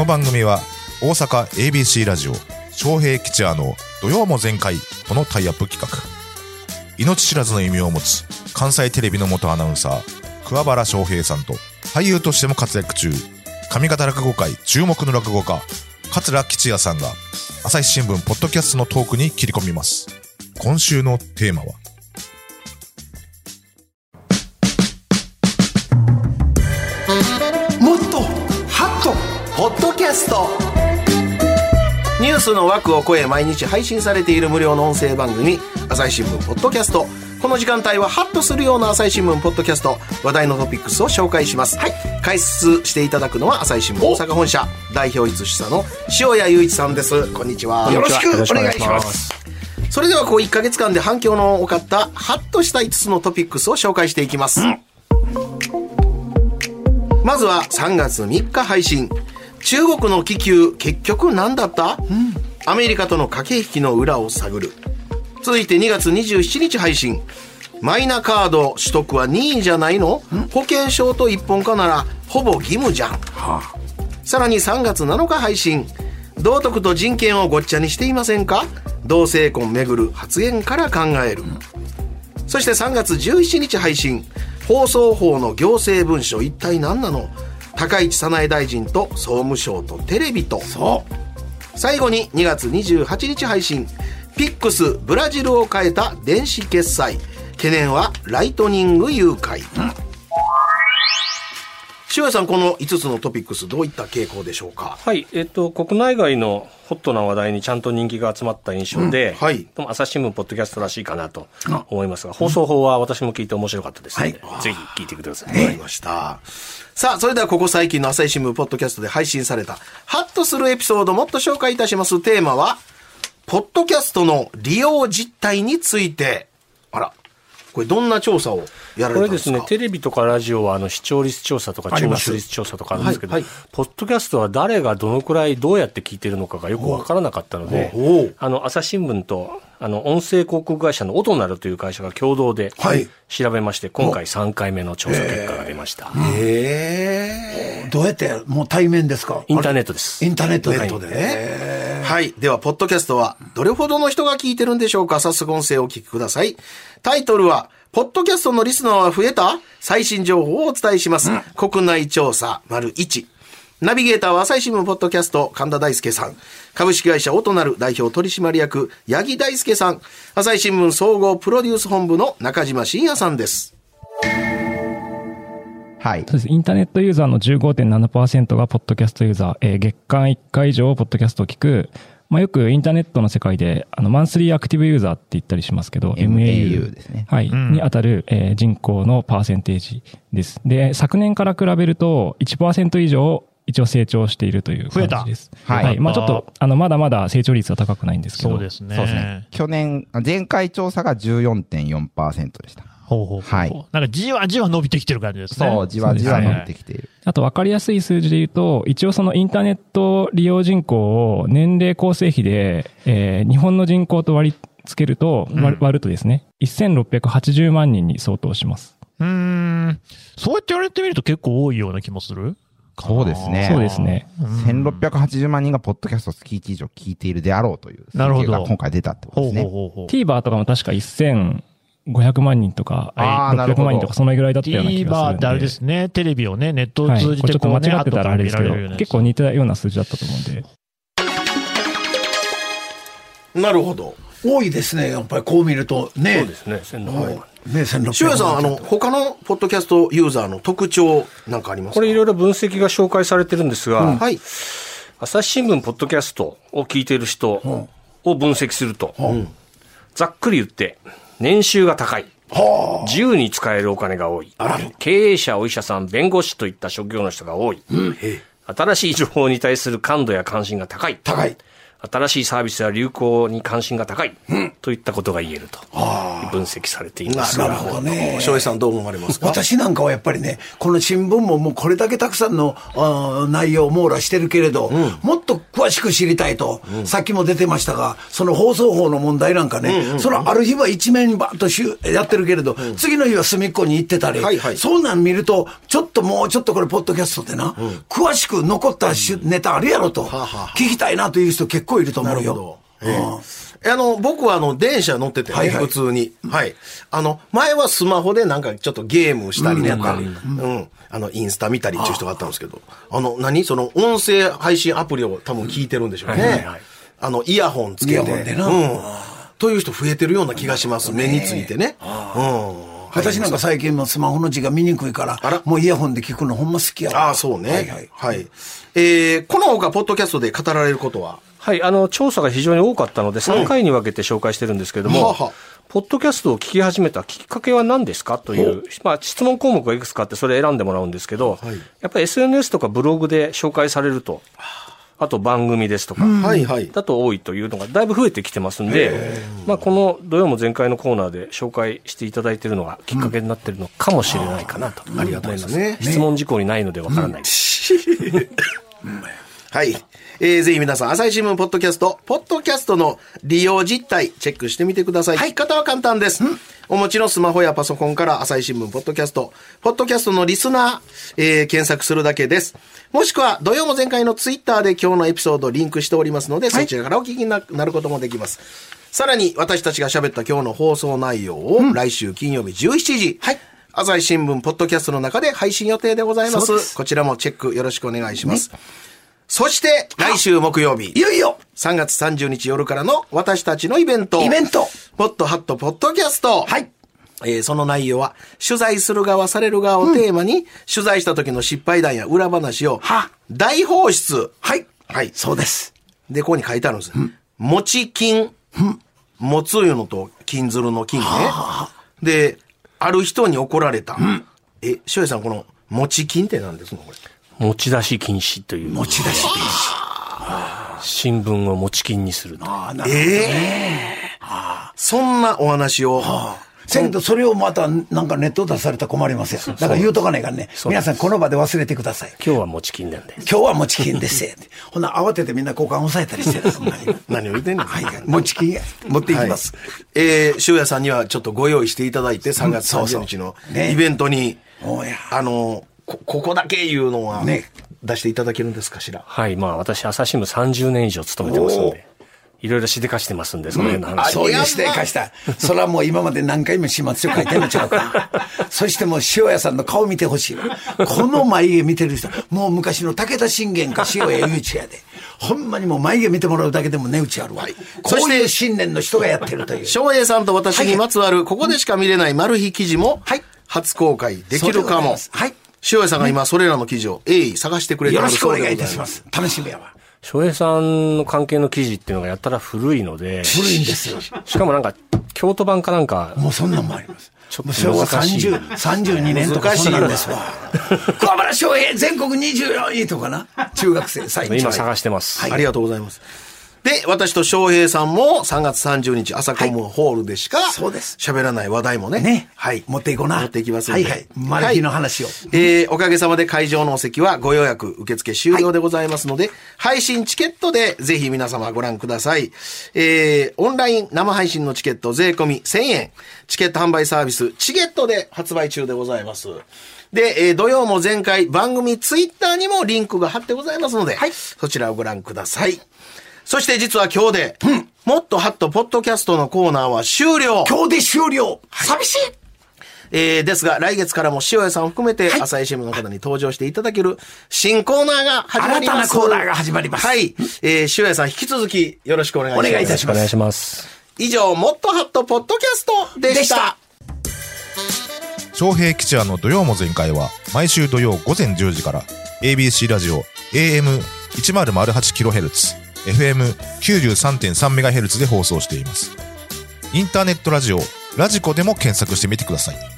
の番組は大阪 ABC ラジオ昌平吉也の土曜も全開とのタイアップ企画、命知らずの異名を持つ関西テレビの元アナウンサー桑原昌平さんと、俳優としても活躍中上方落語界注目の落語家桂吉也さんが朝日新聞ポッドキャストのトークに切り込みます。今週のテーマは、 もっとハッとポッドキャスト、ニュースの枠を超え毎日配信されている無料の音声番組朝日新聞ポッドキャスト。この時間帯はハッとするような朝日新聞ポッドキャスト、話題のトピックスを紹介します。解説していただくのは朝日新聞大阪本社代表室主査の塩谷雄一さんです。こんにちは。よろしくお願いします。それではここ1ヶ月間で反響の多かったハッとした5つのトピックスを紹介していきます。まずは3月3日配信、中国の気球結局何だった、アメリカとの駆け引きの裏を探る。続いて2月27日配信、マイナカード取得は任意じゃないの、保険証と一本化ならほぼ義務じゃん、さらに3月7日配信、道徳と人権をごっちゃにしていませんか、同性婚めぐる発言から考える。そして3月17日配信、放送法の行政文書一体何なの、高市早苗大臣と総務省とテレビと。最後に2月28日配信、ピックスブラジルを変えた電子決済、懸念はライトニング誘拐。塩谷さん、この5つのトピックスどういった傾向でしょうか。 はい、国内外のホットな話題にちゃんと人気が集まった印象で、朝日新聞ポッドキャストらしいかなと思いますが、放送法は私も聞いて面白かったですので、ぜひ聞いてください。 わかりました。さあ、それではここ最近の朝日新聞ポッドキャストで配信されたハッとするエピソードをもっと紹介いたします。テーマはポッドキャストの利用実態について。あら、これどんな調査をやられたんですか。 これですね、テレビとかラジオは視聴率調査とか聴取率調査とかあるんですけど、ポッドキャストは誰がどのくらいどうやって聞いてるのかがよくわからなかったので、朝日新聞と音声広告会社のオトナルという会社が共同で調べまして、今回3回目の調査結果が出ました。 どうやって、もう対面ですか。 インターネットです。 インターネットでね。はい。では、ポッドキャストはどれほどの人が聞いてるんでしょうか。早速音声をお聞きください。タイトルは、ポッドキャストのリスナーは増えた？最新情報をお伝えします。国内調査1。ナビゲーターは朝日新聞ポッドキャスト神田大輔さん、株式会社オトナル代表取締役八木大輔さん、朝日新聞総合プロデュース本部の中島真也さんです。 はい。そうです。インターネットユーザーの 15.7% がポッドキャストユーザー、月間1回以上ポッドキャストを聞く。よくインターネットの世界でマンスリーアクティブユーザーって言ったりしますけど、MAU ですね。はい。に当たる、人口のパーセンテージです。で、昨年から比べると 1% 以上一応成長しているという感じです。はい。ちょっとまだまだ成長率は高くないんですけど。 そうですね。 前回調査が 14.4% でした。 はい。なんかじわじわ伸びてきてる感じですね。 そう、じわじわ伸びてきている。 あと分かりやすい数字で言うと、一応そのインターネット利用人口を年齢構成比で、日本の人口と割り付けると、割るとですね、1680万人に相当します。 そうやって言われてみると結構多いような気もする。 そうですね。 そうですね。 1680万人がポッドキャスト月1以上聞いているであろうという数字が今回出たってことですね。 TVer とかも確か1500万人とか、600万人とかそのぐらいだったような気がするんで。 TVer ってあれですね、テレビをね、ネットを通じてちょっと間違ってたらあれですけど、結構似たような数字だったと思うんで。 なるほど。 多いですね、やっぱりこう見るとね。 そうですね、1600万。 ね、1600万。 塩谷さん、他のポッドキャストユーザーの特徴なんかありますか。 これいろいろ分析が紹介されてるんですが、朝日新聞ポッドキャストを聞いている人を分析すると、ざっくり言って、年収が高い。自由に使えるお金が多い。経営者、お医者さん、弁護士といった職業の人が多い。新しい情報に対する感度や関心が高い。 新しいサービスや流行に関心が高い、といったことが言えると分析されています。 なるほどね。翔平さんどう思われますか？ 私なんかはやっぱりね、この新聞ももうこれだけたくさんの内容を網羅してるけれど、もっと詳しく知りたいと、さっきも出てましたが、その放送法の問題なんかね、そのある日は一面バッとやってるけれど、次の日は隅っこに行ってたり、そうなん見ると、もうちょっとこれポッドキャストでな、詳しく残ったネタあるやろと、聞きたいなという人結構いると思うよ。 僕は電車乗っててね、普通に。はい。前はスマホでなんかちょっとゲームしたりとか、インスタ見たりっていう人があったんですけど、その音声配信アプリを多分聞いてるんでしょうね。イヤホンつけて。という人増えてるような気がします。目についてね。 私なんか最近もスマホの字が見にくいから、もうイヤホンで聞くのほんま好きやわ。 そうね。はい。この他、ポッドキャストで語られることは？ はい、調査が非常に多かったので、3回に分けて紹介してるんですけれども、ポッドキャストを聞き始めたきっかけは何ですかという、質問項目がいくつかあって、それ選んでもらうんですけど、やっぱり SNS とかブログで紹介されると、あと番組ですとか、だと多いというのがだいぶ増えてきてますんで、この土曜も前回のコーナーで紹介していただいているのがきっかけになっているのかもしれないかなと思います。質問事項にないのでわからないです。 はい。ぜひ皆さん、朝日新聞ポッドキャストの利用実態、チェックしてみてください。聞き方は簡単です。お持ちのスマホやパソコンから朝日新聞ポッドキャストのリスナー、検索するだけです。もしくは、土曜も前回のツイッターで今日のエピソードをリンクしておりますので、そちらからお聞きになることもできます。さらに、私たちが喋った今日の放送内容を、来週金曜日17時、朝日新聞ポッドキャストの中で配信予定でございます。こちらもチェックよろしくお願いします。そして、来週木曜日。 いよいよ !3 月30日夜からの私たちのイベント。ポッドハットポッドキャスト。その内容は、取材する側、される側をテーマに、取材した時の失敗談や裏話を、大放出。 そうです。 で、ここに書いてあるんです。持ち金。持ついうのと、金づるの金ね。で、ある人に怒られた。翔平さん、この、持ち金って何ですかこれ。 持ち出し禁止という。 持ち出し禁止。 新聞を持ち金にすると。 そんなお話を。 せやけど、それをまたなんかネット出されたら困りますよ。だから言うとかないからね。皆さんこの場で忘れてください。 今日は持ち金なんで。 今日は持ち金ですよ。ほな、慌ててみんな股間押さえたりしてる。 何を言ってんの？ 持ち金持っていきます。 修也さんにはちょっとご用意していただいて、3月30日のイベントに、ここだけいうのは、出していただけるんですかしら。 はい、私、朝日新聞30年以上勤めてますので、いろいろしでかしてますんで、その辺の話。 そういうしでかした。それはもう今まで何回も始末書書いてんのちゃうか。そしてもう塩屋さんの顔見てほしいわ。この眉毛見てる人、もう昔の武田信玄か塩屋雄一やで。ほんまにもう眉毛見てもらうだけでも値打ちあるわ。こういう信念の人がやってるという。 翔平さんと私にまつわる、ここでしか見れないマル秘記事も、初公開できるかも。塩屋さんが今それらの記事を探してくれてよろしくお願いいたします。楽しみやわ。 翔平さんの関係の記事っていうのがやったら古いので。 古いんですよ。 しかもなんか、京都版かなんか。 もうそんなんもあります。 ちょっと昭和32年とかそんなんですわ。桑原翔平全国24位とかな。中学生最近。 今探してます。 ありがとうございます。で、私と翔平さんも3月30日朝コムホールでしか喋らない話題もね。 持っていこうな。 持っていきますんで。 マル秘の話を。 おかげさまで会場のお席はご予約受付終了でございますので、配信チケットでぜひ皆様ご覧ください。オンライン生配信のチケット税込み1000円。チケット販売サービスチケットで発売中でございます。で、土曜も前回番組ツイッターにもリンクが貼ってございますので、そちらをご覧ください。そして実は今日で、もっとハットポッドキャストのコーナーは終了。 今日で終了。寂しい。 ですが、来月からも塩屋さんを含めて、朝日新聞の方に登場していただける新コーナーが始まります。 新たなコーナーが始まります。 塩屋さん引き続きよろしくお願いします。 お願いいたします。 お願いします。 以上、もっとハットポッドキャストでした。 昌平吉弥の土曜も全開は、毎週土曜午前10時から、ABC ラジオ AM1008kHz、FM93.3MHz で放送しています。インターネットラジオ、ラジコでも検索してみてください。